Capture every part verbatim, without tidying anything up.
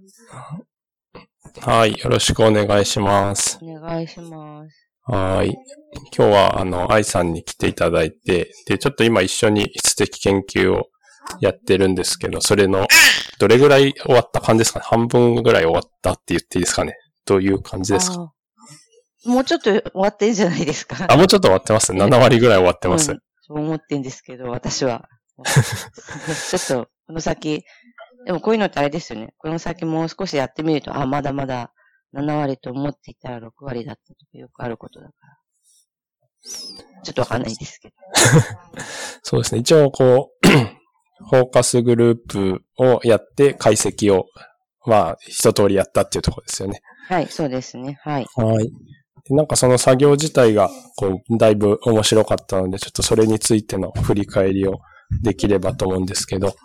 はい、よろしくお願いします。 お願いします。 はい。今日は、あの、愛さんに来ていただいて、で、ちょっと今一緒に質的研究をやってるんですけど、それの、どれぐらい終わった感じですかね？半分ぐらい終わったって言っていいですかね？どういう感じですか？ もうちょっと終わってんじゃないですか？ あ、もうちょっと終わってます。なな割ぐらい終わってます。うん、 そう思ってんですけど、私は。ちょっと、この先、でもこういうのってあれですよね。この先もう少しやってみると、あ、まだまだなな割と思っていたらろく割だったとかよくあることだから。ちょっとわかんないですけど。 そうですね。一応こう、フォーカスグループをやって解析を、まあ、一通りやったっていうところですよね。 はい、そうですね。はい。 はい。でなんかその作業自体が、こう、だいぶ面白かったので、ちょっとそれについての振り返りをできればと思うんですけど。はい。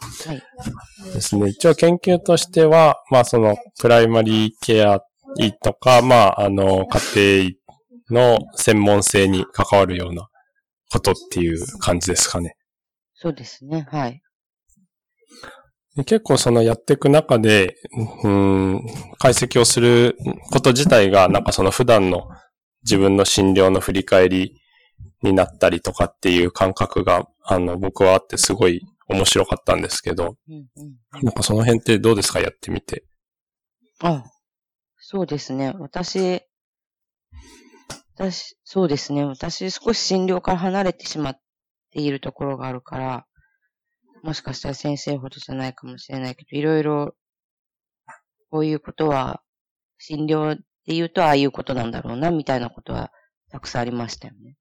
ですね。一応研究としては、まあその、プライマリーケアとか、まあ、あの、家庭の専門性に関わるようなことっていう感じですかね。 そうですね。はい。 結構そのやっていく中で、うん、解析をすること自体が、なんかその普段の自分の診療の振り返りになったりとかっていう感覚が、あの、僕はあってすごい面白かったんですけど、うんうん、なんかその辺ってどうですか？やってみて。 あ、そうですね。私、私、そうですね。私少し診療から離れてしまっているところがあるから、もしかしたら先生ほどじゃないかもしれないけど、いろいろ、こういうことは、診療で言うとああいうことなんだろうな、みたいなことはたくさんありましたよね。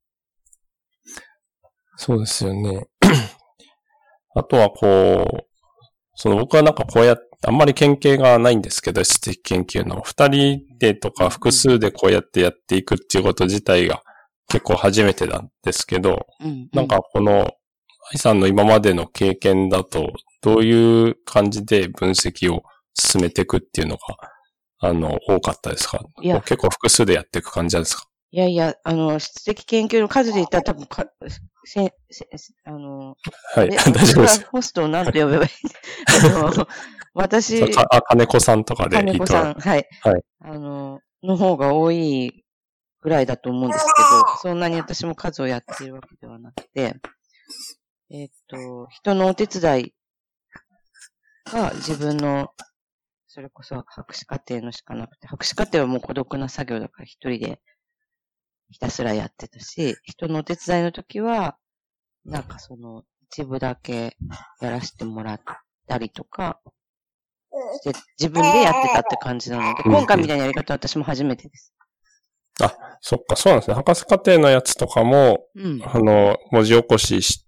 そうですよね。あとはこう、その僕はなんかこうやって、あんまり研究がないんですけど、質的研究の二人でとか複数でこうやってやっていくっていうこと自体が結構初めてなんですけど、うんうん、なんかこの愛さんの今までの経験だとどういう感じで分析を進めていくっていうのがあの多かったですか？いや結構複数でやっていく感じなんですか？ いやいや、あの、質的研究の数で言ったら多分か、せ、せ、あの、 はい、大丈夫です。 ホストを何と呼べばいいあの、私、 あ、金子さんとかで。 金子さん、はい。はい。あの、の方が多いぐらいだと思うんですけど、そんなに私も数をやっているわけではなくて、えっと、人のお手伝いが自分の、それこそ博士課程のしかなくて、博士課程はもう孤独な作業だから一人でひたすらやってたし、人のお手伝いの時は、なんかその、一部だけやらせてもらったりとか、して、自分でやってたって感じなので、今回みたいなやり方は私も初めてです。 あ、そっか、そうなんですね。博士課程のやつとかも、うん、あの、文字起こしして、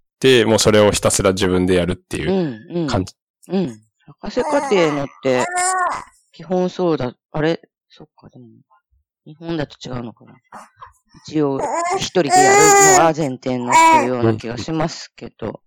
もうそれをひたすら自分でやるっていう感じ。 うん、うん。うん。博士課程のって、基本そうだ、あれ、そっか、でも、日本だと違うのかな。一応、一人でやるのは前提になってるような気がしますけど。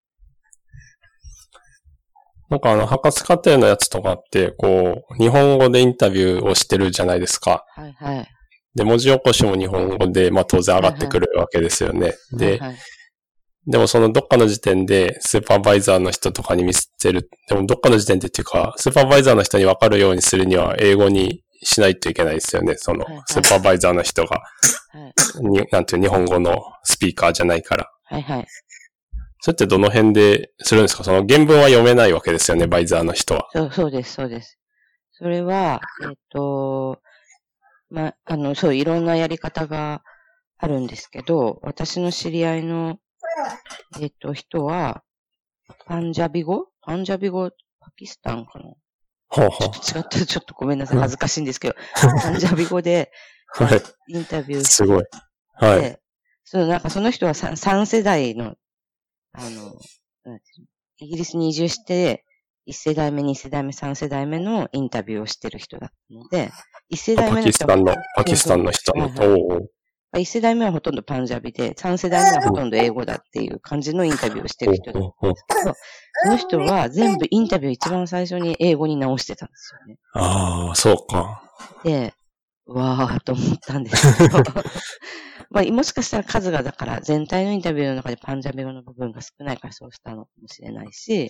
なんかあの、博士課程のやつとかって、こう、日本語でインタビューをしてるじゃないですか。 はいはい。 で、文字起こしも日本語で、まあ当然上がってくるわけですよね。はいはい、で、はいはい、でもそのどっかの時点でスーパーバイザーの人とかに見せる。でもどっかの時点でっていうか、スーパーバイザーの人に分かるようにするには英語にしないといけないですよね。その、スーパーバイザーの人が、はいはい、になんていう日本語のスピーカーじゃないから。 はいはい。 それってどの辺でするんですか？その原文は読めないわけですよね、バイザーの人は。 そう、そうです、そうです。それは、えっと、まあ、あの、そう、いろんなやり方があるんですけど、私の知り合いの、えっと、人は、パンジャビ語パンジャビ語、パキスタンかなほうほう。 ちょっと違ったらちょっとごめんなさい、恥ずかしいんですけど、パンジャビ語で、 はい。 インタビューして、 すごい。はい。 そのなんかその人は 3, 3世代の、あの、イギリスに移住して、いち世代目、に世代目、さん世代目のインタビューをしてる人だったので、いち世代目の人はパキスタンの、パキスタンの人の、はいはい、 おいち世代目はほとんどパンジャビで、さん世代目はほとんど英語だっていう感じのインタビューをしてる人だったんですけど、その人は全部インタビュー一番最初に英語に直してたんですよね。 ああ、そうか。 で、わーと思ったんですけど、まあ、もしかしたら数がだから全体のインタビューの中でパンジャビ語の部分が少ないからそうしたのかもしれないし、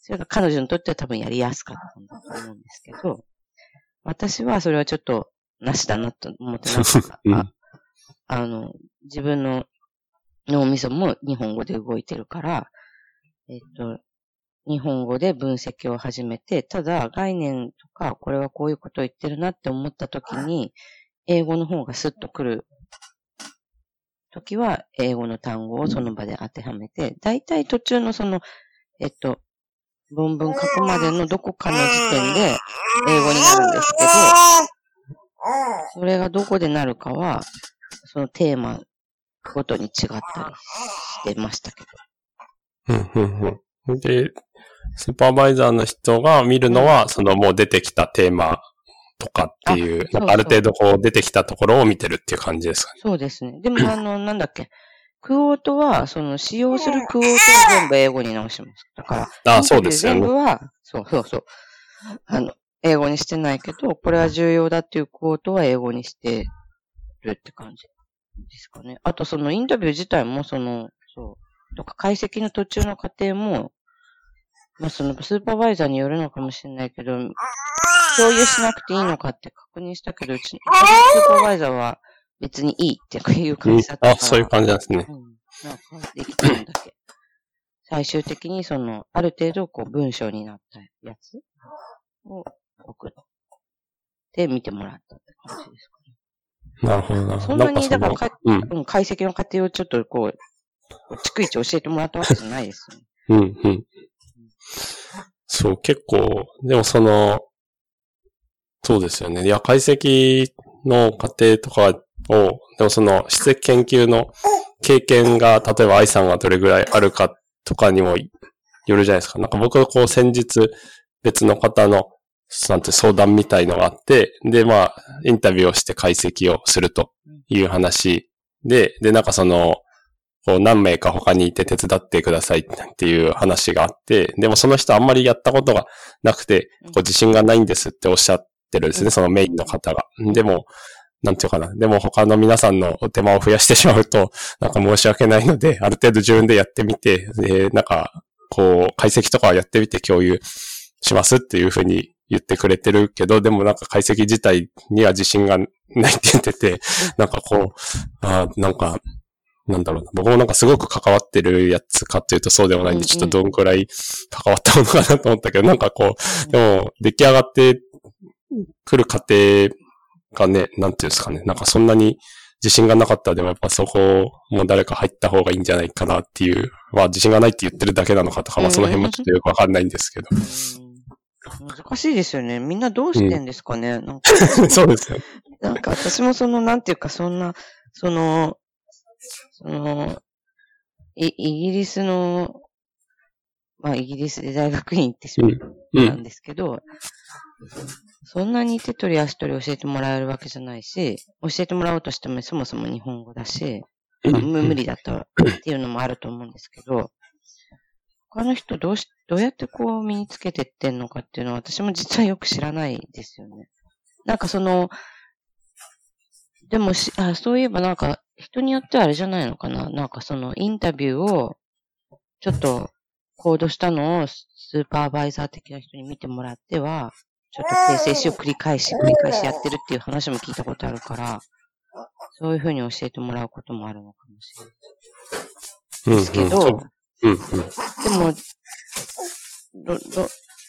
それが彼女にとっては多分やりやすかったんだと思うんですけど、私はそれはちょっとなしだなと思ってなかった。うん、あ, あの、自分の脳みそも日本語で動いてるから、えっと、日本語で分析を始めて、ただ概念とか、これはこういうことを言ってるなって思ったときに、英語の方がスッと来るときは、英語の単語をその場で当てはめて、だいたい途中のその、えっと、論文書くまでのどこかの時点で英語になるんですけど、それがどこでなるかは、そのテーマごとに違ったりしてましたけど。うんうんうん。で、スーパーバイザーの人が見るのは、うん、そのもう出てきたテーマとかっていう、あ、なんかある程度こう出てきたところを見てるっていう感じですかね。 そうですね。でもあの、なんだっけ。クオートは、その使用するクオートを全部英語に直します。だから、 あ、そうですよね。 全部は、そうそうそう。あの、英語にしてないけど、これは重要だっていうクオートは英語にしてるって感じですかね。あとそのインタビュー自体も、その、そう、とか解析の途中の過程も、まあそのスーパーバイザーによるのかもしれないけど、共有しなくていいのかって確認したけど、うちのスーパーバイザーは別にいいっていう感じだったから、うん。 あ、そういう感じなんですね。 うん。なんかできたんだけ。最終的にその、ある程度こう文章になったやつを送って見てもらったって感じですかね。なるほどな。 そんなに、だからか、うん、解析の過程をちょっとこう、逐一教えてもらったわけじゃないですよね。 うんうん。そう、結構、でもその、そうですよね。いや、解析の過程とかを、でもその、質的研究の経験が、例えば愛さんがどれぐらいあるかとかにもよるじゃないですか。なんか僕はこう先日、別の方の、なんて相談みたいのがあって、で、まあ、インタビューをして解析をするという話で、で、なんかその、こう何名か他にいて手伝ってくださいっていう話があって、でもその人あんまりやったことがなくて、こう自信がないんですっておっしゃってるんですね、そのメインの方が。でも、なんていうかな。でも他の皆さんのお手間を増やしてしまうと、なんか申し訳ないので、ある程度自分でやってみて、で、なんか、こう、解析とかはやってみて共有しますっていうふうに言ってくれてるけど、でもなんか解析自体には自信がないって言ってて、なんかこう、あなんか、なんだろうな。僕もなんかすごく関わってるやつかっていうとそうでもないんで、ちょっとどんくらい関わったものかなと思ったけど、なんかこう、でも出来上がってくる過程がね、なんていうんですかね。なんかそんなに自信がなかったらでもやっぱそこも誰か入った方がいいんじゃないかなっていう、まあ自信がないって言ってるだけなのかとか、まあその辺もちょっとよくわかんないんですけど。 難しいですよね。みんなどうしてんですかね。うん、なんかそうですよ。 なんか私もその、なんていうかそんな、その、その、イギリスの、まあイギリスで大学院ってしまなんですけど、うんうん、そんなに手取り足取り教えてもらえるわけじゃないし、教えてもらおうとしてもそもそも日本語だし、まあ、無理だったっていうのもあると思うんですけど、他の人どうし、どうやってこう身につけてってんのかっていうのは私も実はよく知らないですよね。なんかその、でもし、あ、そういえばなんか人によってはあれじゃないのかな。なんかそのインタビューをちょっとコードしたのをスーパーバイザー的な人に見てもらっては、ちょっと訂正しを繰り返し繰り返しやってるっていう話も聞いたことあるから、そういうふうに教えてもらうこともあるのかもしれない。ですけど、 うんうん、 でも、ど、ど、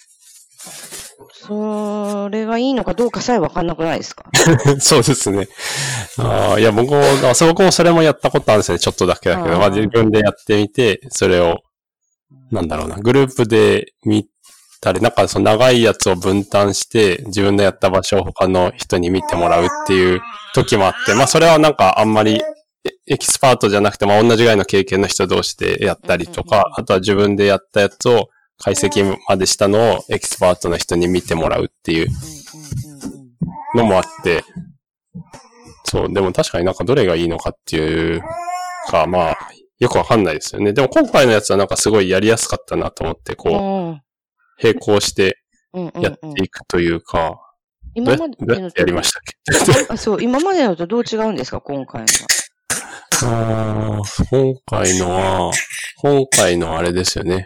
それがいいのかどうかさえわかんなくないですか？ そうですね。あいや、僕も、僕もそれもやったことあるんですね。ちょっとだけだけど、まあ自分でやってみて、それを、なんだろうな、グループで見たり、なんかその長いやつを分担して、自分でやった場所を他の人に見てもらうっていう時もあって、まあそれはなんかあんまりエキスパートじゃなくて、まあ同じぐらいの経験の人同士でやったりとか、あとは自分でやったやつを解析までしたのをエキスパートの人に見てもらうっていうのもあって、そう、でも確かになんかどれがいいのかっていうか、まあ、よくわかんないですよね。でも今回のやつはなんかすごいやりやすかったなと思って、こう、並行してやっていくというか、 今までどうやってやりましたっけ？ あ、そう、今までのとどう違うんですか、今回のは。 あ今回のは、今回のあれですよね。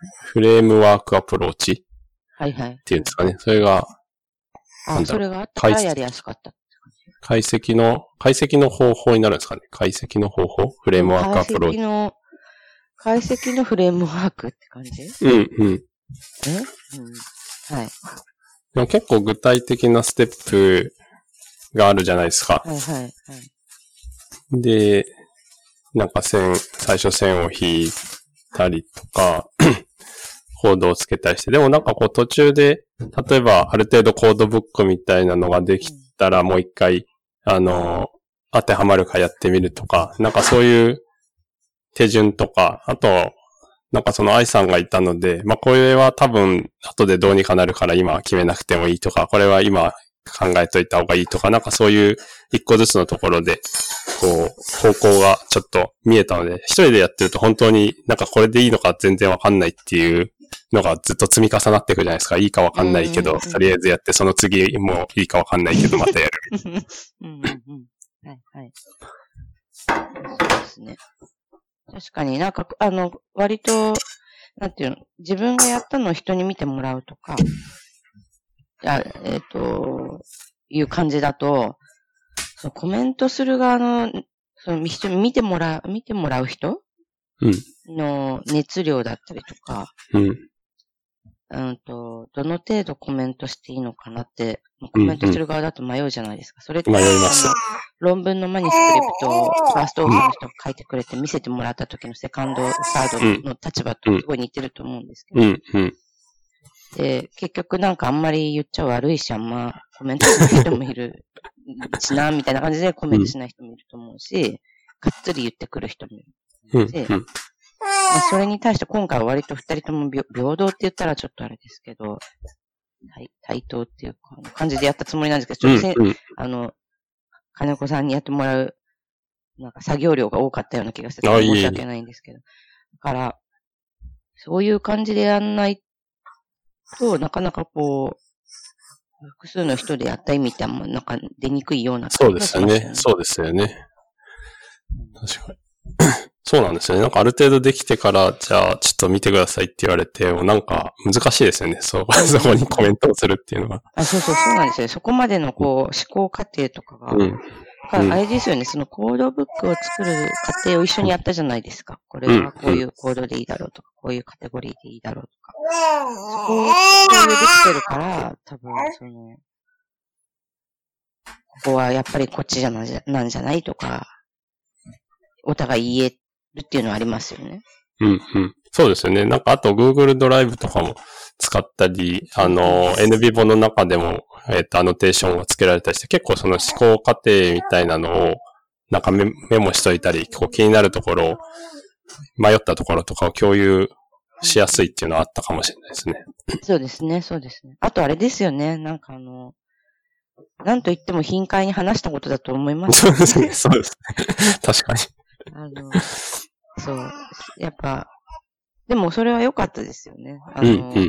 フレームワークアプローチはいはい。 っていうんですかね。それが、 あ、それがあったからやりやすかったって感じ。 解析の、解析の方法になるんですかね。解析の方法フレームワークアプローチ。 解析の、解析のフレームワークって感じ？ うんうん。 え、うん、はい。 でも結構具体的なステップがあるじゃないですか。 はいはいはい。 で、なんか線、最初線を引いたりとか、コードをつけたりして、でもなんかこう途中で、例えばある程度コードブックみたいなのができたらもう一回、あの、当てはまるかやってみるとか、なんかそういう手順とか、あと、なんかその愛さんがいたので、まあこれは多分後でどうにかなるから今決めなくてもいいとか、これは今考えといた方がいいとか、なんかそういう一個ずつのところで、こう、方向がちょっと見えたので、一人でやってると本当になんかこれでいいのか全然わかんないっていうのがずっと積み重なっていくじゃないですか。いいかわかんないけど、とりあえずやって、その次もいいかわかんないけどまたやる。 うんうんうん。はいはい。そうですね。確かになんか、あの、割と、なんていうの、自分がやったのを人に見てもらうとか、あえっと、いう感じだと、そのコメントする側の、その人に見てもらう、見てもらう人の熱量だったりとか、 うん。 うんと、どの程度コメントしていいのかなって、コメントする側だと迷うじゃないですか。それって、 迷います。 論文のマニスクリプトをファーストオーサーの人が書いてくれて見せてもらった時のセカンド、サードの立場とすごい似てると思うんですけど。 うんうん、 で、結局なんかあんまり言っちゃ悪いし、あんまコメントしない人もいるしな、みたいな感じでコメントしない人もいると思うし、がっつり言ってくる人もいるし、うんうんまあ、それに対して今回は割と二人とも平等って言ったらちょっとあれですけど、対, 対等っていう感じでやったつもりなんですけど、ちょっと、うんうん、あの、金子さんにやってもらう、なんか作業量が多かったような気がして申し訳ないんですけど。だから、そういう感じでやんないと、なかなかこう、複数の人でやった意味ってあんまなんか出にくいような気がしますよね。 そうですよね。そうですよね。確かに。そうなんですよね。なんかある程度できてから、じゃあちょっと見てくださいって言われて、なんか難しいですよね。そう、そこにコメントをするっていうのは。 あ、そうそう、そうなんですよ。そこまでのこう、思考過程とかが、うん、あれですよね、そのコードブックを作る過程を一緒にやったじゃないですか。これはこういうコードでいいだろうとか、こういうカテゴリーでいいだろうとか。そこを共有できてるから、多分、その、ここはやっぱりこっちじゃなんじゃなんじゃないとか、お互い言えるっていうのはありますよね。 うんうん。そうですよね。なんかあと Google ドライブとかも使ったり、あの、エヌビーボ の中でも、えっと、アノテーションが付けられたりして、結構その思考過程みたいなのを、なんかメ, メモしといたり、こう気になるところを、迷ったところとかを共有しやすいっていうのはあったかもしれないですね。 そうですね、そうですね。あとあれですよね。なんかあの、なんと言っても頻回に話したことだと思います、 ね。そうですね、そうですね。確かに。 あの、そう。やっぱ、でもそれは良かったですよね。あの、うんうん、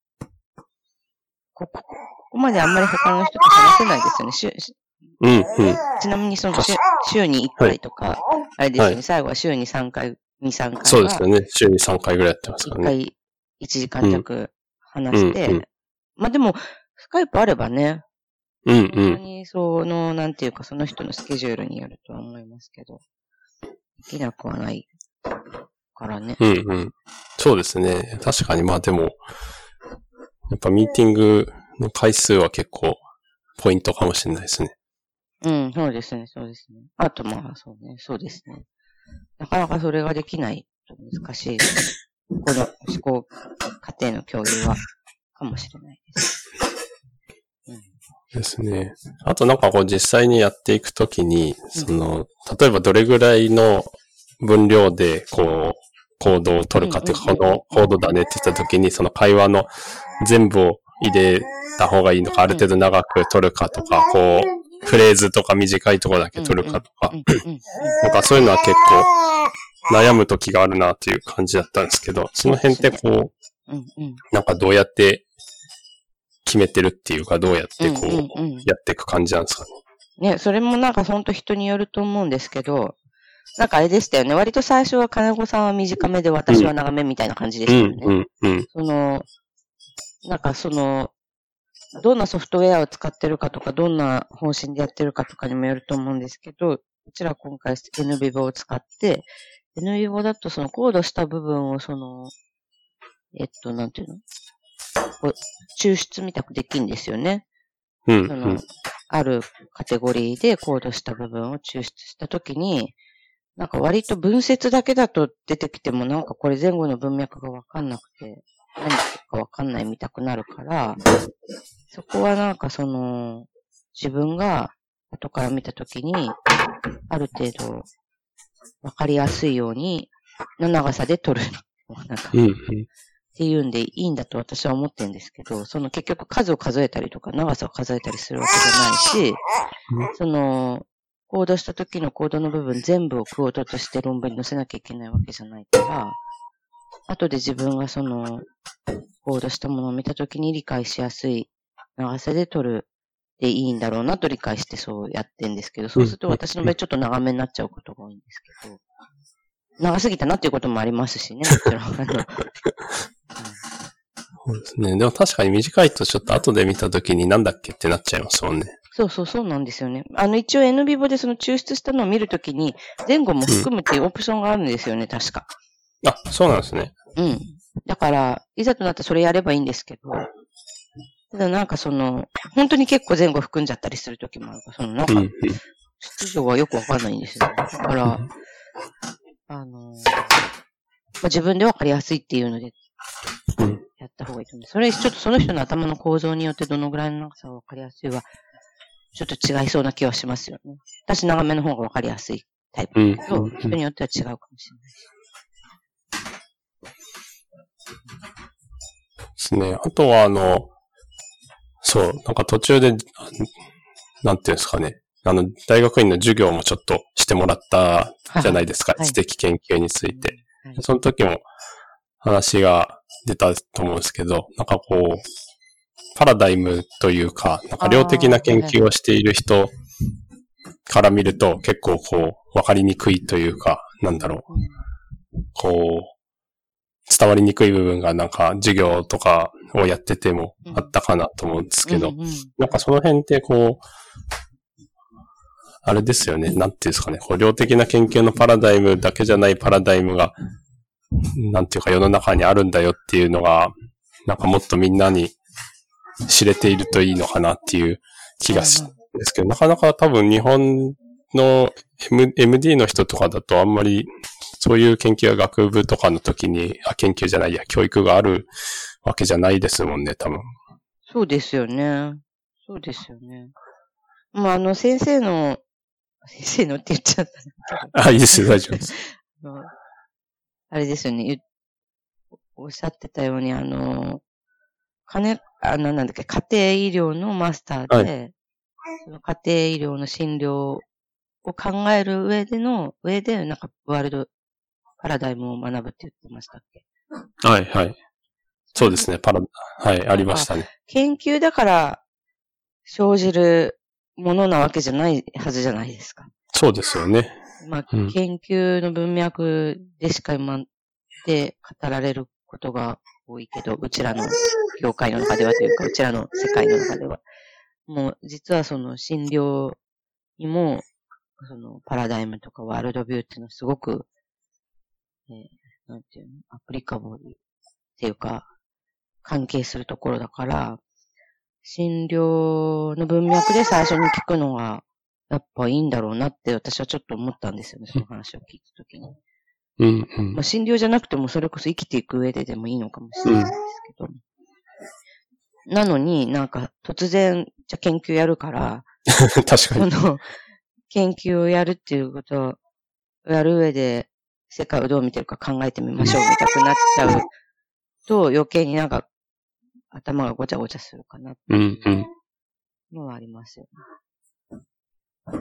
こ, ここまであんまり他の人と話せないですよね。週うんうん、 ちなみにその週週にいっかいとか、はい、あれですよね、はい。最後は週にさんかい、に、さんかい。 そうですよね。週にさんかいぐらいやってますからね。 いっかいいちじかん弱話して。うんうん、まあでも、スカイプあればね。 うんうん。 本当にその、なんていうかその人のスケジュールによるとは思いますけど。できなくはないからね。 うんうん。そうですね。確かにまあでも、やっぱミーティングの回数は結構ポイントかもしれないですね。 うん、そうですね、そうですね。あとまあ、そうね、そうですね。なかなかそれができないと難しい。この思考過程の共有は、かもしれないです。 うん、ですね。あとなんかこう実際にやっていくときに、その、例えばどれぐらいの分量でこう、コードを取るかっていうか、このコードだねって言ったときに、その会話の全部を入れた方がいいのか、ある程度長く取るかとか、こう、フレーズとか短いところだけ取るかとか、なんかそういうのは結構悩むときがあるなっていう感じだったんですけど、その辺ってこう、なんかどうやって決めてるっていうか、どうやってこう、やっていく感じなんですかね。 ね、それもなんかほんと人によると思うんですけど、 なんかあれでしたよね。割と最初は金子さんは短めで私は長めみたいな感じでしたよね。 うんうんうん、 その、なんかその、どんなソフトウェアを使ってるかとか、どんな方針でやってるかとかにもよると思うんですけど、こちら今回 エヌビボ を使って、エヌビボ だとそのコードした部分をその、えっと、なんていうのこう抽出みたくできるんですよね。 うんうん、 その、あるカテゴリーでコードした部分を抽出したときに、なんか割と文節だけだと出てきてもなんかこれ前後の文脈がわかんなくて、何言ってるかわかんないみたくなるから、そこはなんかその、自分が後から見たときに、ある程度わかりやすいように、の長さで撮る。なんか、 うんうん、 っていうんでいいんだと私は思ってるんですけど、その結局数を数えたりとか長さを数えたりするわけじゃないし、その、コードした時のコードの部分全部をクオートとして論文に載せなきゃいけないわけじゃないから、後で自分がその、コードしたものを見た時に理解しやすい長さで取るでいいんだろうなと理解してそうやってんですけど、そうすると私の場合ちょっと長めになっちゃうことが多いんですけど、長すぎたなっていうこともありますしね、もちろん。 そうですね。でも確かに短いとちょっと後で見たときになんだっけってなっちゃいますもんね。 そうそうそうなんですよね。あの一応 エヌビボ でその抽出したのを見るときに前後も含むっていうオプションがあるんですよね、うん、確か。 あ、そうなんですね。 うん。だから、いざとなったらそれやればいいんですけど、ただなんかその、本当に結構前後含んじゃったりするときもあるから、そのなんか、出場はよくわかんないんですよね。だから、あの、まあ、自分でわかりやすいっていうので、やった方がいいと思う。それ、ちょっとその人の頭の構造によってどのぐらいの長さがわかりやすいは、ちょっと違いそうな気はしますよね。私長めの方がわかりやすいタイプだけど、人によっては違うかもしれないし。 ですね。あとは、あの、そう、なんか途中で、なんていうんですかね。あの、大学院の授業もちょっとしてもらったじゃないですか。はい、知的研究について。はい、その時も話が出たと思うんですけど、なんかこう、パラダイムというか、なんか量的な研究をしている人から見ると結構こう、わかりにくいというか、なんだろう。こう、伝わりにくい部分がなんか授業とかをやっててもあったかなと思うんですけど、うんうんうん、なんかその辺ってこう、あれですよね、なんていうんですかね、こう量的な研究のパラダイムだけじゃないパラダイムが、なんていうか世の中にあるんだよっていうのが、なんかもっとみんなに知れているといいのかなっていう気がするんですけど、なかなか多分日本の M、エムディー の人とかだとあんまりそういう研究や学部とかの時に、あ、研究じゃないや、教育があるわけじゃないですもんね、多分。 そうですよね。そうですよね。まあ、あの、先生の、先生のって言っちゃったんだけど。 あ、いいですよ、大丈夫です。 あれですよね、おっしゃってたように、あの、金、あの、なんだっけ、家庭医療のマスターで、はい、その家庭医療の診療を考える上での、上で、なんか、ワールドパラダイムを学ぶって言ってましたっけ？ はいはい。そうですね、パラ、はい、ありましたね。 研究だから生じるものなわけじゃないはずじゃないですか。 そうですよね。 まあ、うん、研究の文脈でしか今で語られることが多いけど、うちらの業界の中ではというか、うちらの世界の中では。もう、実はその診療にも、そのパラダイムとかワールドビューっていうのはすごく、えー、なんていうの、アプリカボルっていうか、関係するところだから、診療の文脈で最初に聞くのが、やっぱいいんだろうなって私はちょっと思ったんですよね、その話を聞いたときに。 うんうん。 まあ、診療じゃなくてもそれこそ生きていく上ででもいいのかもしれないですけど。うん、なのになんか突然、じゃ研究やるから、 確かに。 その、研究をやるっていうことをやる上で、世界をどう見てるか考えてみましょうみたくなっちゃうと、余計になんか頭がごちゃごちゃするかなっていうのはありますよね。で,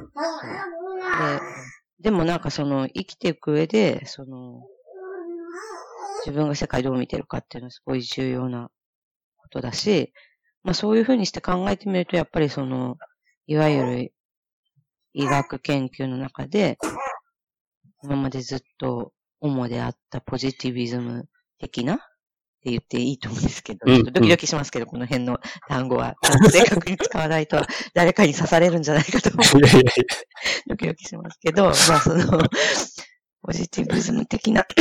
でもなんかその生きていく上で、その自分が世界どう見てるかっていうのはすごい重要なことだし、まあそういうふうにして考えてみるとやっぱりそのいわゆる医学研究の中で今までずっと主であったポジティビズム的なって言っていいと思うんですけど、ちょっとドキドキしますけど、この辺の単語は、ちゃんと正確に使わないと誰かに刺されるんじゃないかと思って、ドキドキしますけど、まあその、ポジティビズム的な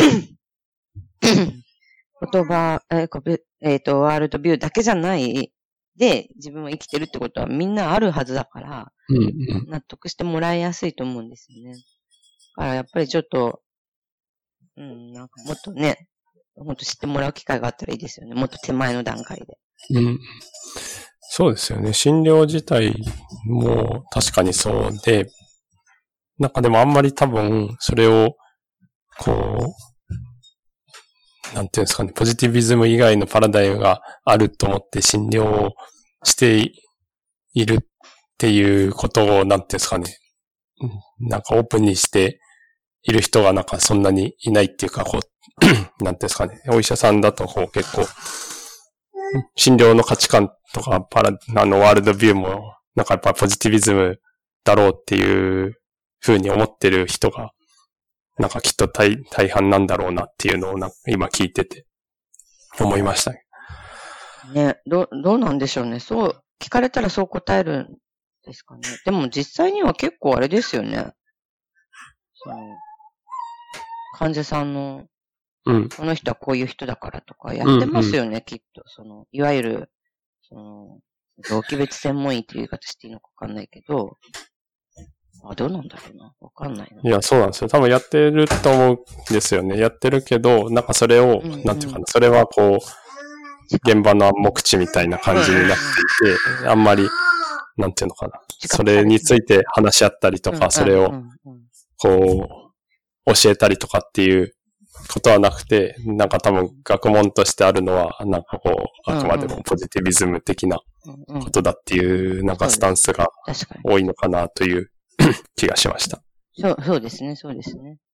言葉、えーえーと、ワールドビューだけじゃないで、自分は生きてるってことはみんなあるはずだから、 うんうん、 納得してもらいやすいと思うんですよね。だからやっぱりちょっと、うん、なんかもっとね、もっと知ってもらう機会があったらいいですよね。もっと手前の段階で。 うん。そうですよね。診療自体も確かにそうで、なんかでもあんまり多分それを、こう、なんていうんですかね、ポジティビズム以外のパラダイムがあると思って診療をしているっていうことを、なんていうんですかね、なんかオープンにしている人がなんかそんなにいないっていうか、こう、なんていうんですかね、お医者さんだとこう結構、診療の価値観とかパラ、あのワールドビューも、なんかやっぱポジティビズムだろうっていう風に思ってる人が、なんかきっと大、大半なんだろうなっていうのをなんか今聞いてて思いましたね。 ね、ど、どうなんでしょうね。そう、聞かれたらそう答えるんですかね。でも実際には結構あれですよね。その、患者さんの、 うん。 この人はこういう人だからとかやってますよね、うんうん、きっと。その、いわゆる、その、同期別専門医っていう言い方していいのかわかんないけど、あ、どうなんだろうな。わかんないな。 いや、そうなんですよ。多分やってると思うんですよね。やってるけど、なんかそれを、うんうん、なんていうかな、それはこう、現場の暗黙知みたたいな感じになっていて、あんまり、なんていうのかな。それについて話し合ったりとか、それを、こう、教えたりとかっていうことはなくて、なんか多分学問としてあるのは、なんかこう、あくまでもポジティビズム的なことだっていう、なんかスタンスが多いのかなという気がしました。 そう、そうですね、そうですね。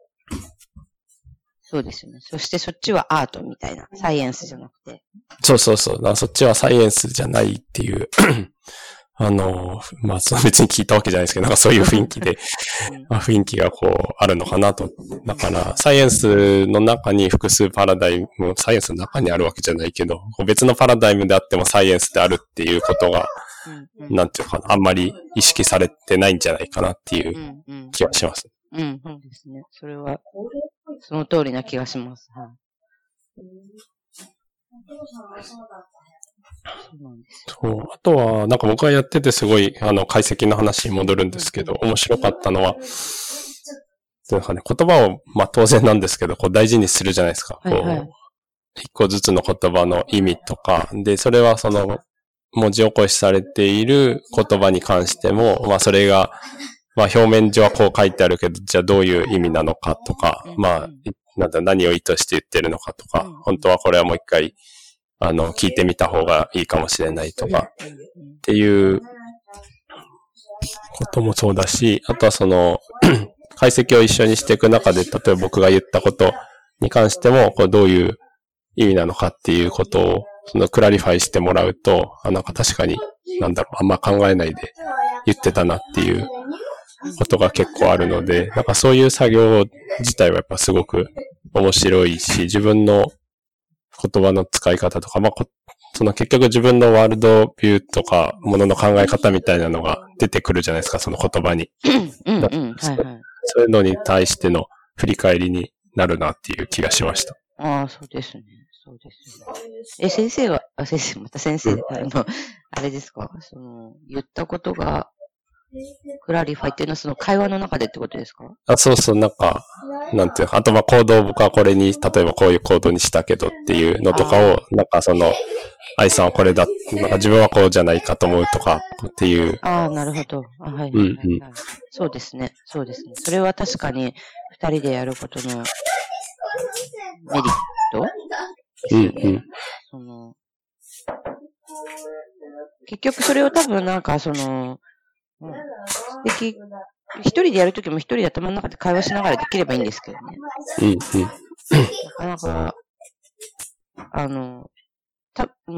そうですね。そしてそっちはアートみたいな、サイエンスじゃなくて。 そうそうそう。そっちはサイエンスじゃないっていう、あの、まあ、別に聞いたわけじゃないですけど、なんかそういう雰囲気で、まあ、雰囲気がこう、あるのかなと。だから、サイエンスの中に複数パラダイム、サイエンスの中にあるわけじゃないけど、別のパラダイムであってもサイエンスであるっていうことが、うんうん、なんていうかな、あんまり意識されてないんじゃないかなっていう気はします。 うん、うん、そうですね。それは、その通りな気がします。はい。 そうなんですよ。そう。あとは、なんか僕がやっててすごい、あの、解析の話に戻るんですけど、面白かったのは、なんかね、言葉を、まあ当然なんですけど、こう大事にするじゃないですか。はいはい、こう、一個ずつの言葉の意味とか、で、それはその、文字起こしされている言葉に関しても、まあそれが、まあ表面上はこう書いてあるけど、じゃあどういう意味なのかとか、まあ、なんだ、何を意図して言ってるのかとか、本当はこれはもう一回、あの、聞いてみた方がいいかもしれないとか、っていうこともそうだし、あとはその、解析を一緒にしていく中で、例えば僕が言ったことに関しても、これどういう意味なのかっていうことを、そのクラリファイしてもらうと、あ、なんか確かに、なんだろう、あんま考えないで言ってたなっていうことが結構あるので、なんかそういう作業自体はやっぱすごく面白いし、自分の言葉の使い方とか、まあ、その結局自分のワールドビューとか、ものの考え方みたいなのが出てくるじゃないですか、その言葉に。 うんうんはいはい、 そういうのに対しての振り返りになるなっていう気がしました。 ああ、そうですね。そうですね。え、先生は、あ、先生、また先生、うん、あの、あれですか、その、言ったことが、クラリファイっていうのはその会話の中でってことですか？ あ、そうそう、なんか、なんていうか、あとまあ行動を僕はこれに、例えばこういう行動にしたけどっていうのとかを、なんかその、愛さんはこれだ、なんか自分はこうじゃないかと思うとかっていう。 ああ、なるほど。あはいはいはい、はいうんうん。そうですね。そうですね。それは確かに二人でやることのメリットですよね。うんうん、その結局それを多分なんかその、うん、一人でやるときも一人で頭の中で会話しながらできればいいんですけどね。 うんうん、 なかなか、あの、た、うん、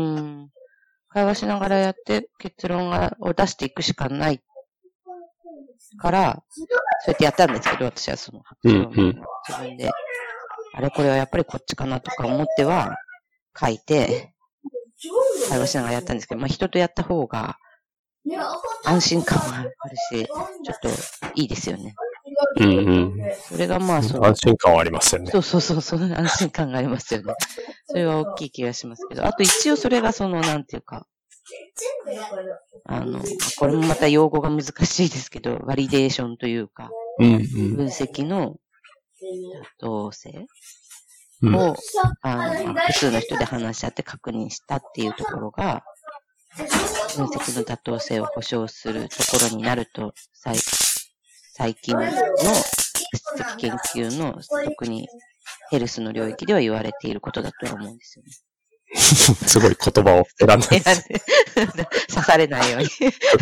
会話しながらやって結論がを出していくしかないから、そうやってやったんですけど、私はその、 うんうん、 自分で、あれこれはやっぱりこっちかなとか思っては書いて、会話しながらやったんですけど、まあ人とやった方が安心感もあるし、ちょっといいですよね。 うんうん。 それがまあそう。 安心感はありますよね。 そうそうそう、その安心感がありますよね。それは大きい気がしますけど、あと一応それがその、なんていうか、あの、これもまた用語が難しいですけど、バリデーションというか、 うんうん、 分析の妥当性を、うん、 あの、複数の人で話し合って確認したっていうところが、分析の妥当性を保証するところになると、最最近の物質的研究の特にヘルスの領域では言われていることだと思うんですよね。 すごい言葉を選んだんです。 刺されないように。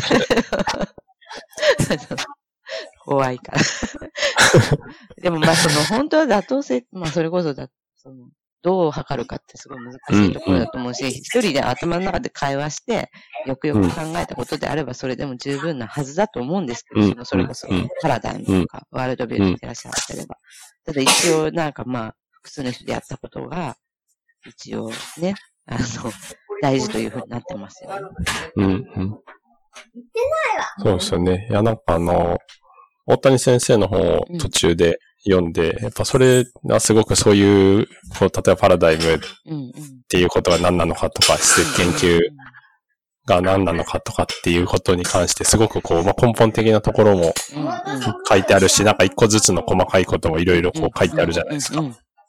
怖いから。でもまあその本当は妥当性、まあそれこそだ、そのどう測るかってすごい難しいところだと思うし、一、うんうん、人で頭の中で会話して、よくよく考えたことであればそれでも十分なはずだと思うんですけど、うん、そのそれこそパラダイムとかワールドビューで照らし合わせれば。ただ一応なんかまあ複数の人でやったことが、一応ね、あの、大事というふうになってますよね。 うんうん。そうですよね。いやなんかあの、大谷先生の本を途中で読んで、うん、やっぱそれがすごくそういう、こう、例えばパラダイムっていうことが何なのかとか、質的研究が何なのかとかっていうことに関してすごくこう、まあ、根本的なところも書いてあるし、なんか一個ずつの細かいこともいろいろこう書いてあるじゃないですか。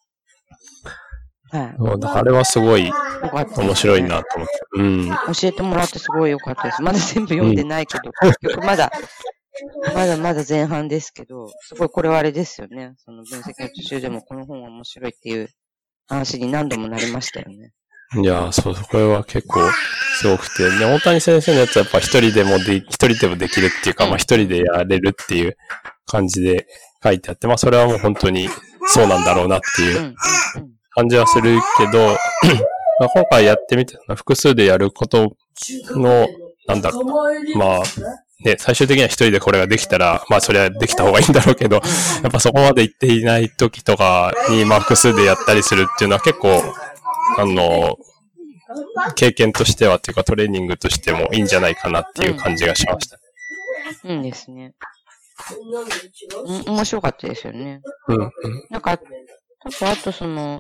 はい。だからあれはすごい面白いなと思って。うん。 教えてもらってすごい良かったです。まだ全部読んでないけど、結局まだ、まだまだ前半ですけど、すごいこれはあれですよね。その分析の途中でもこの本は面白いっていう話に何度もなりましたよね。 いやー、そう、これは結構すごくて、ね、大谷先生のやつはやっぱ一人でもで、一人でもできるっていうか、まあ一人でやれるっていう感じで書いてあって、まあそれはもう本当にそうなんだろうなっていう感じはするけど、まあ、今回やってみて、複数でやることの、なんだろう、まあ、ね、最終的には一人でこれができたら、まあそれはできた方がいいんだろうけど、やっぱそこまで行っていない時とかに、まあ複数でやったりするっていうのは結構、あの、経験としてはっていうかトレーニングとしてもいいんじゃないかなっていう感じがしました。 うん、うんですね。うん、面白かったですよね。 うん、うん。 なんか、多分あとその、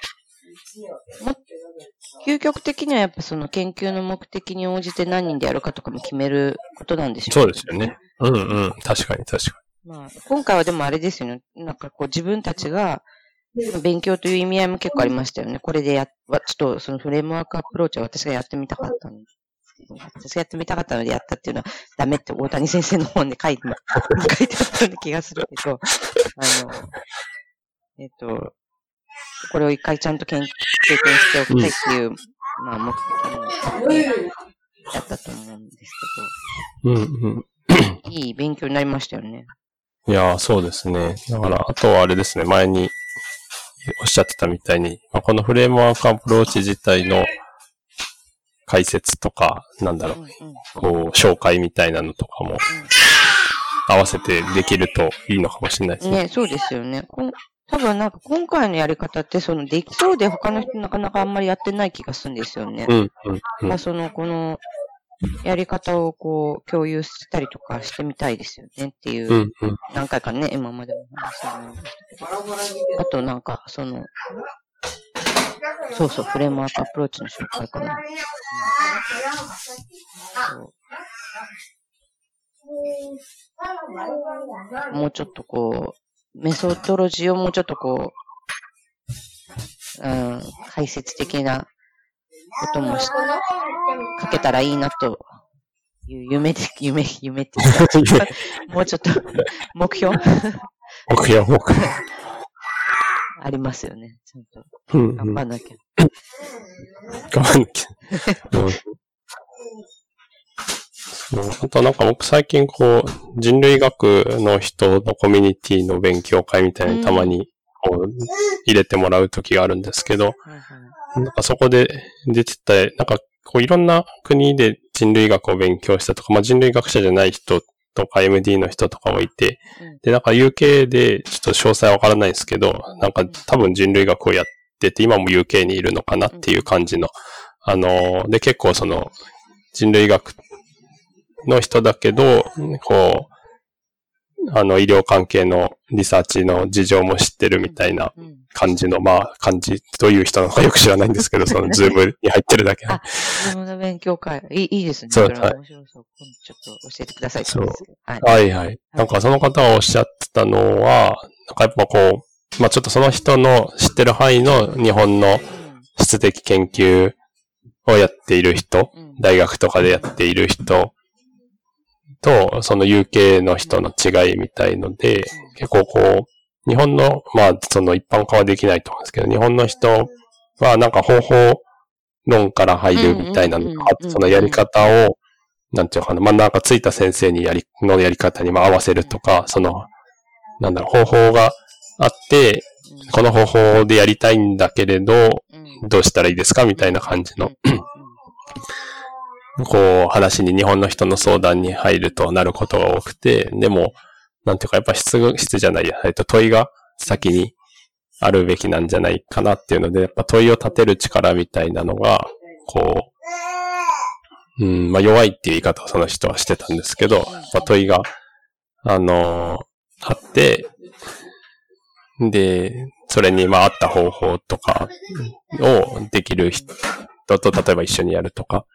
究極的にはやっぱその研究の目的に応じて何人でやるかとかも決めることなんでしょうね。そうですよね。うんうん。確かに確かに。まあ、今回はでもあれですよね。なんかこう自分たちが勉強という意味合いも結構ありましたよね。これでや、ちょっとそのフレームワークアプローチは私がやってみたかったので。私がやってみたかったのでやったっていうのはダメって大谷先生の本で書いて、書いてあったような気がするけど、あの、えっと、これを一回ちゃんと経験しておきたいっていう、うん、まあ目的もだったと思うんですけど、うんうん、 いい勉強になりましたよね。 いやー、そうですね。だから、あとはあれですね、前におっしゃってたみたいに、まあ、このフレームワークアプローチ自体の解説とか、なんだろう、うんうん、こう、紹介みたいなのとかも、合わせてできるといいのかもしれないですね。 ね、そうですよね。多分なんか今回のやり方ってそのできそうで他の人なかなかあんまりやってない気がするんですよね。 うんうんうん、 まあそのこのやり方をこう共有したりとかしてみたいですよねっていう、 うんうん、 何回かね今までも話してもらいましたけど、あとなんかそのそうそうフレームワークアプローチの紹介かな。うん、もうちょっとこう。メソッドロジーをもうちょっとこう、うん、解説的なこともしかけたらいいなという夢で、夢、夢っていうか、もうちょっと目標目標、目標。 ありますよね、ちゃんと。 うんうん、 頑張んなきゃ。 頑張んなきゃ。うんあとなんか僕最近こう人類学の人のコミュニティの勉強会みたいにたまにこう入れてもらう時があるんですけど、なんかそこで出てた、なんかこういろんな国で人類学を勉強したとか、まあ人類学者じゃない人とか エムディー の人とかもいて、で、なんか ユーケー で、ちょっと詳細わからないですけど、なんか多分人類学をやってて、今も ユーケー にいるのかなっていう感じの、あの、で、結構その、人類学の人だけど、こう、あの、医療関係のリサーチの事情も知ってるみたいな感じの、まあ、感じ、どういう人なのかよく知らないんですけど、その、ズームに入ってるだけ。 あ、ズームの勉強会。いい、いいですね。 そう、 それは面白そう。今度ちょっと教えてください。 そう。 はい、 はいはい。なんかその方がおっしゃってたのは、なんかやっぱこう、まあちょっとその人の知ってる範囲の日本の質的研究をやっている人、大学とかでやっている人と、その ユーケー の人の違いみたいので、結構こう、日本の、まあその一般化はできないと思うんですけど、日本の人はなんか方法論から入るみたいなのがあって、そのやり方を、なんていうのかな、まあなんかついた先生にやり、のやり方にも合わせるとか、その、なんだろう、方法があって、この方法でやりたいんだけれど、どうしたらいいですかみたいな感じの、こう、話に日本の人の相談に入るとなることが多くて、でも、なんていうかやっぱ質、質じゃないや、えっと問いが先にあるべきなんじゃないかなっていうので、やっぱ問いを立てる力みたいなのが、こう、うん、まあ弱いっていう言い方をその人はしてたんですけど、まあ、問いが、あのー、あって、で、それにまあ合った方法とかをできる人と例えば一緒にやるとか。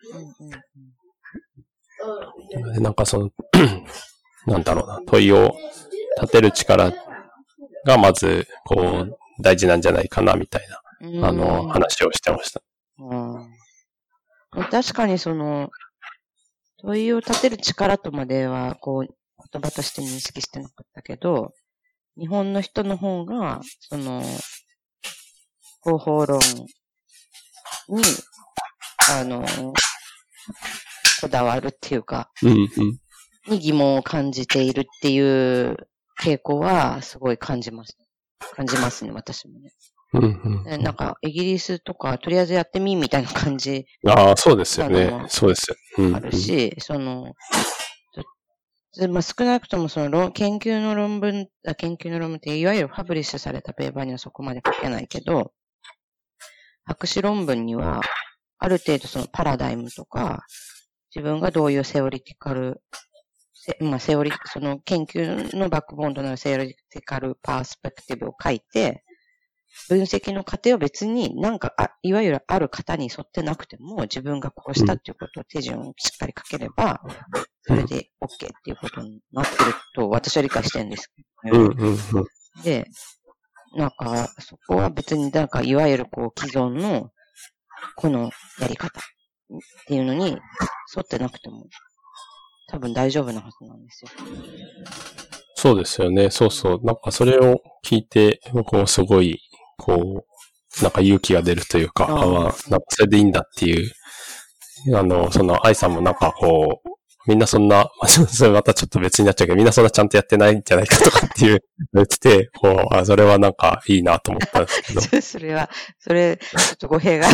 でなんかその、なんだろうな、問いを立てる力がまず、こう、大事なんじゃないかなみたいな、あの、話をしてました。 うん確かにその、問いを立てる力とまでは、こう、言葉として認識してなかったけど、日本の人の方が、その、方法論に、あの、こだわるっていうか、 うんうん、 に疑問を感じているっていう傾向は、すごい感じます。感じますね、私もね。 うんうん、 なんか、イギリスとか、とりあえずやってみ、みたいな感じ。 ああ、そうですよね。そうですよ。あるし、その、まあ、少なくともその研究の論文、研究の論文って、いわゆるパブリッシュされたペーパーにはそこまで書けないけど、博士論文には、ある程度そのパラダイムとか、自分がどういうセオリティカル、まあ、セオリ、その研究のバックボーンとなるセオリティカルパースペクティブを書いて、分析の過程を別になんかあ、いわゆるある型に沿ってなくても、自分がこうしたっていうことを手順をしっかり書ければ、それで OK っていうことになってると私は理解してるんですけど、ねうんうんうん、 で、なんか、そこは別になんか、いわゆるこう既存のこのやり方っていうのに沿ってなくても、多分大丈夫なはずなんですよ。 そうですよね。そうそう。なんかそれを聞いて、僕もすごい、こう、なんか勇気が出るというか、ああ、なんかそれでいいんだっていう、あの、その愛さんもなんかこう、みんなそんな、それまたちょっと別になっちゃうけど、みんなそんなちゃんとやってないんじゃないかとかっていう、言ってて、こう、あ、それはなんかいいなと思ったんですけど。 それは、それ、ちょっと語弊がある。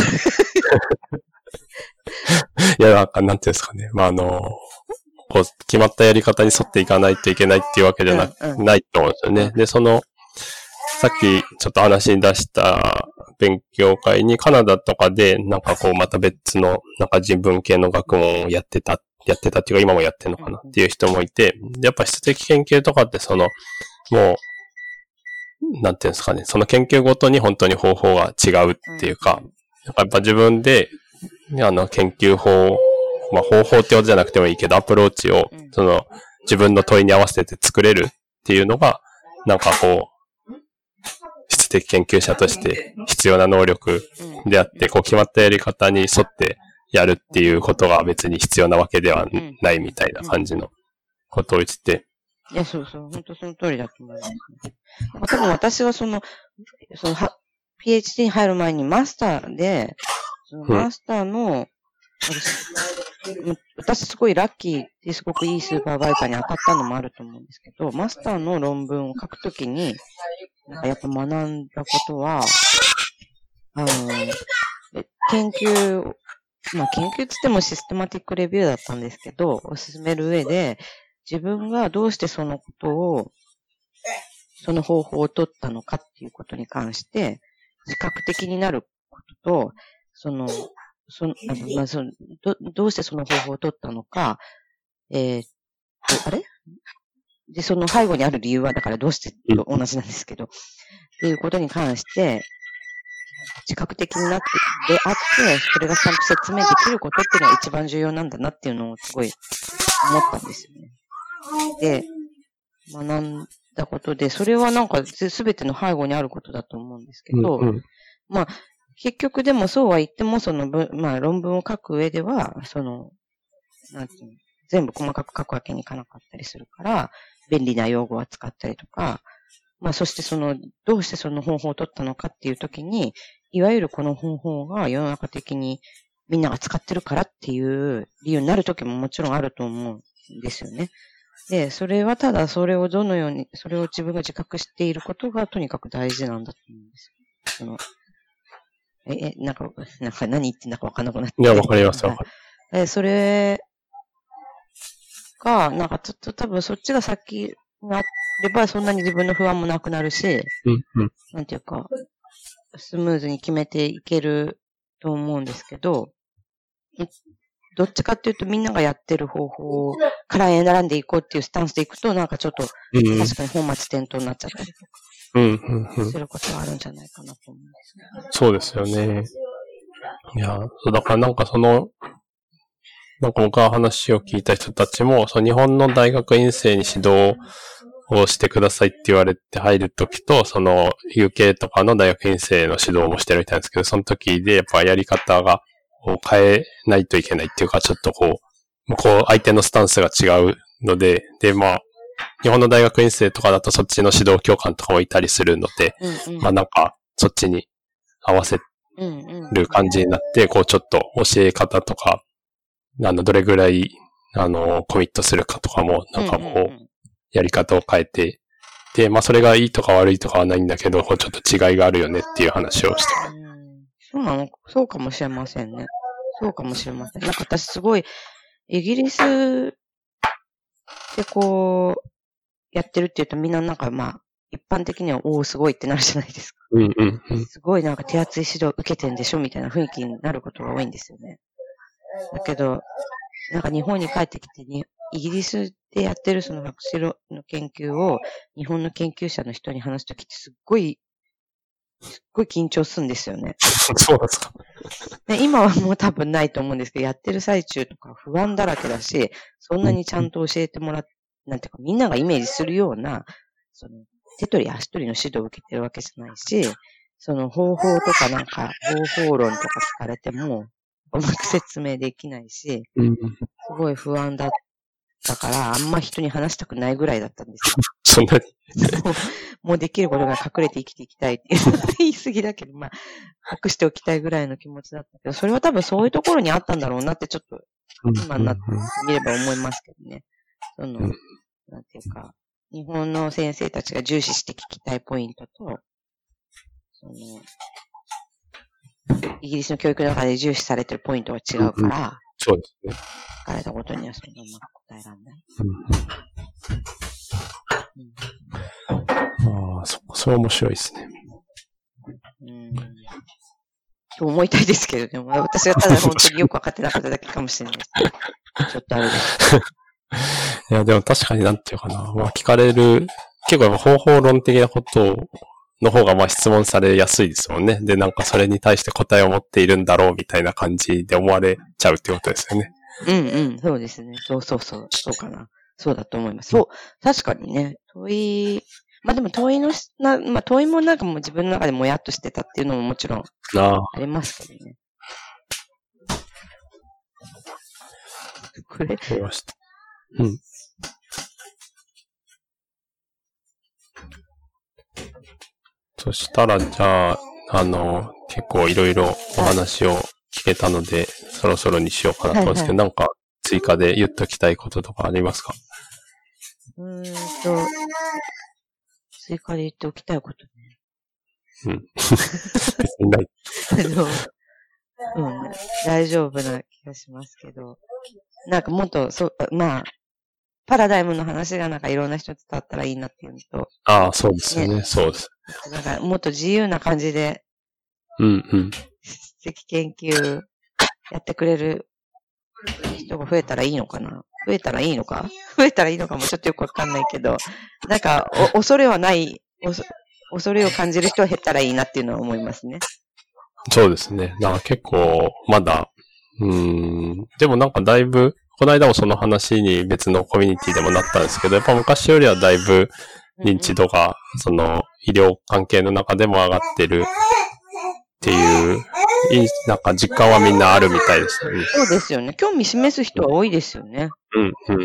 いや、なんか、なんていうんですかね。まあ、あの、こう、決まったやり方に沿っていかないといけないっていうわけじゃな、うんうん、ないと思うんですよね。で、その、さっきちょっと話に出した勉強会にカナダとかで、なんかこう、また別の、なんか人文系の学問をやってた、やってたっていうか今もやってるのかなっていう人もいて、やっぱ質的研究とかってその、もう、なんていうんですかね、その研究ごとに本当に方法が違うっていうか、やっぱ自分で、あの、研究法、まあ方法ってことじゃなくてもいいけど、アプローチを、その、自分の問いに合わせて作れるっていうのが、なんかこう、質的研究者として必要な能力であって、こう決まったやり方に沿ってやるっていうことが別に必要なわけではないみたいな感じのことを言ってて。 いや、そうそう、本当その通りだと思います、ね。まあ、多分私はその、そのは、ピーエイチディー に入る前にマスターで、そのマスターの、うん、私すごいラッキーですごくいいスーパーバイザーに当たったのもあると思うんですけど、マスターの論文を書くときに、なんかやっぱ学んだことは、あの、研究、まあ研究つってもシステマティックレビューだったんですけど、を進める上で、 自分がどうしてそのことを、その方法を取ったのかっていうことに関して、自覚的になることと、その、その、あのまあ、そのど、どうしてその方法を取ったのか、えー、あれで、その背後にある理由は、だからどうしてと同じなんですけど、っていうことに関して、自覚的になって、であって、それがちゃんと説明できることっていうのが一番重要なんだなっていうのをすごい思ったんですよね。で、学んだことで、それはなんかすべての背後にあることだと思うんですけど、うんうん、まあ、結局でもそうは言っても、その文、まあ論文を書く上では、その、なんていうの、全部細かく書くわけにいかなかったりするから、便利な用語を使ったりとか、まあそしてその、どうしてその方法を取ったのかっていうときに、いわゆるこの方法が世の中的にみんなが使ってるからっていう理由になるときももちろんあると思うんですよね。で、それはただそれをどのように、それを自分が自覚していることがとにかく大事なんだと思うんですよ。そのえ、え、なんか、なんか何言ってんだかわかんなくなって。 いや、わかりますよ。 え、それが、なんかちょっと多分そっちが先があればそんなに自分の不安もなくなるし、 うんうん、 なんていうか、スムーズに決めていけると思うんですけど、どっちかっていうとみんながやってる方法から選んでいこうっていうスタンスでいくと、なんかちょっと、確かに本末転倒になっちゃったりとか、うんうんうん、することはあるんじゃないかなと思うんですけど。 そうですよね。いや、そうだからなんかその、なんか僕は話を聞いた人たちも、その日本の大学院生に指導をしてくださいって言われて入るときと、その ユーケー とかの大学院生の指導もしてるみたいなんですけど、その時でやっぱやり方が変えないといけないっていうか、ちょっとこう、こう相手のスタンスが違うので、で、まあ、日本の大学院生とかだとそっちの指導教官とかもいたりするので、うんうん、まあなんか、そっちに合わせる感じになって、こうちょっと教え方とか、あの、どれぐらい、あの、コミットするかとかも、なんかこう、やり方を変えて、で、まあそれがいいとか悪いとかはないんだけど、ちょっと違いがあるよねっていう話をしてます。 そうなの、そうかもしれませんね。そうかもしれません。なんか私すごい、イギリスでこう、やってるって言うとみんななんかまあ、一般的には、おーすごいってなるじゃないですか。 うんうんうん、 すごいなんか手厚い指導受けてんでしょみたいな雰囲気になることが多いんですよね。だけど、なんか日本に帰ってきてに、イギリスでやってるその博士の研究を日本の研究者の人に話すときってすっごい、すっごい緊張するんですよね。 そうですか。 で。今はもう多分ないと思うんですけど、やってる最中とか不安だらけだし、そんなにちゃんと教えてもらって、なんていうかみんながイメージするような、その手取り足取りの指導を受けてるわけじゃないし、その方法とかなんか方法論とか聞かれても、うまく説明できないし、 うん、 すごい不安だったから、あんま人に話したくないぐらいだったんですよ。 そんなにもうできることが隠れて生きていきたいって言い過ぎだけど、まあ、隠しておきたいぐらいの気持ちだったけど、それは多分そういうところにあったんだろうなってちょっと、今になってみれば思いますけどね。その、なんていうか、日本の先生たちが重視して聞きたいポイントと、その、イギリスの教育の中で重視されてるポイントは違うから、うんうん、 そうですね。 聞かれたことにはそんなうまく答えられない。 うんうん、ああ、そ、それ面白いですね。 うん。と思いたいですけどね。私がただ本当によくわかってなかっただけかもしれないです。ちょっとあれです。 いや、でも確かになんていうかな。まあ聞かれる、結構方法論的なことを、の方がまあ質問されやすいですもんね。で、なんかそれに対して答えを持っているんだろうみたいな感じで思われちゃうってことですよね。 うんうん、そうですね。そうそうそう、そうかな。そうだと思います。そう、確かにね、問い、まあでも問いのな、まあ問いもなんかもう自分の中でもやっとしてたっていうのももちろんありますけどね。これ。 思いました。うん。そしたら、じゃあ、あの、結構いろいろお話を聞けたので、はい、そろそろにしようかなと思うんですけど、はいはい、なんか追加で言っときたいこととかありますか？ うーんと、追加で言っておきたいことね。 うん。別にない。 あの、うん、大丈夫な気がしますけど、なんかもっと、そう、まあ、 パラダイムの話がなんかいろんな人に伝わったらいいなっていうのと。 ああ、そうですよね。ねそうです。 だからもっと自由な感じで、 うんうん。 質的研究やってくれる人が増えたらいいのかな。増えたらいいのか増えたらいいのかもちょっとよくわかんないけど、なんかお恐れはない、恐れを感じる人は減ったらいいなっていうのは思いますね。 そうですね。なんか結構まだ、うーん、でもなんかだいぶ、この間もその話に別のコミュニティでもなったんですけど、やっぱ昔よりはだいぶ認知度が、その医療関係の中でも上がってるっていう、なんか実感はみんなあるみたいですよね。 そうですよね。興味示す人は多いですよね。 うん、うん、うん。うん、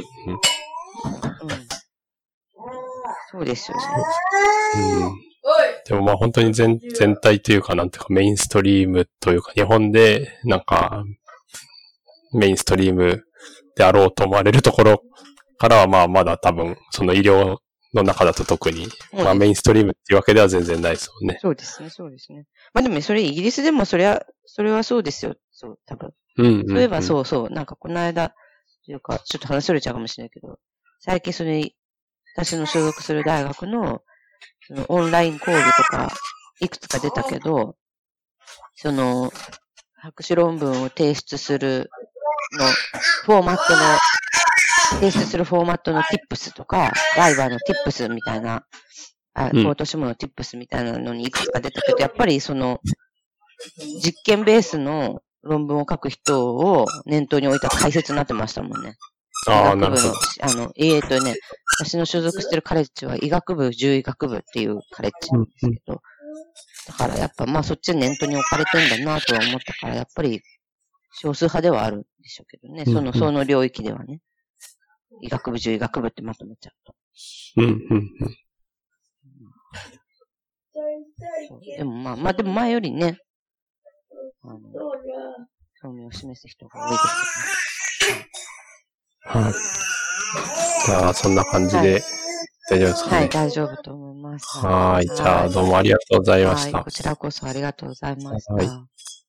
そうですよね。 うん、でもまあ本当に 全, 全体というかなんていうかメインストリームというか日本でなんかメインストリームであろうと思われるところからはまあまだ多分その医療の中だと特に、まあメインストリームっていうわけでは全然ないですもんね。 そうですね、そうですね。まあでもそれイギリスでもそれは、それはそうですよ。そう、多分。 うんうんうん、 そういえばそうそう。なんかこの間、というか、ちょっと話それちゃうかもしれないけど、最近それ、私の所属する大学の、そのオンライン講義とか、いくつか出たけど、その、博士論文を提出するの、フォーマットの、提出するフォーマットの tips とか、ライバーの tips みたいな、あ、フォートシモの tips みたいなのにいくつか出たけど、やっぱりその、実験ベースの論文を書く人を念頭に置いた解説になってましたもんね。 ああ、なるほど。 あの、えーとね、私の所属してるカレッジは医学部、獣医学部っていうカレッジなんですけど、だからやっぱまあそっちに念頭に置かれてんだなとは思ったから、やっぱり少数派ではあるんでしょうけどね、その、その領域ではね。医学部、獣医学部ってまとめちゃうと。 うん、うん、うん。 でもまあ、まあでも前よりね、あの、興味を示す人が多いですよね。 はい。じゃあ、そんな感じで、はい、大丈夫ですかね。 はい、大丈夫と思います。 はい。じゃあ、どうもありがとうございました。 はい、こちらこそありがとうございました。はい。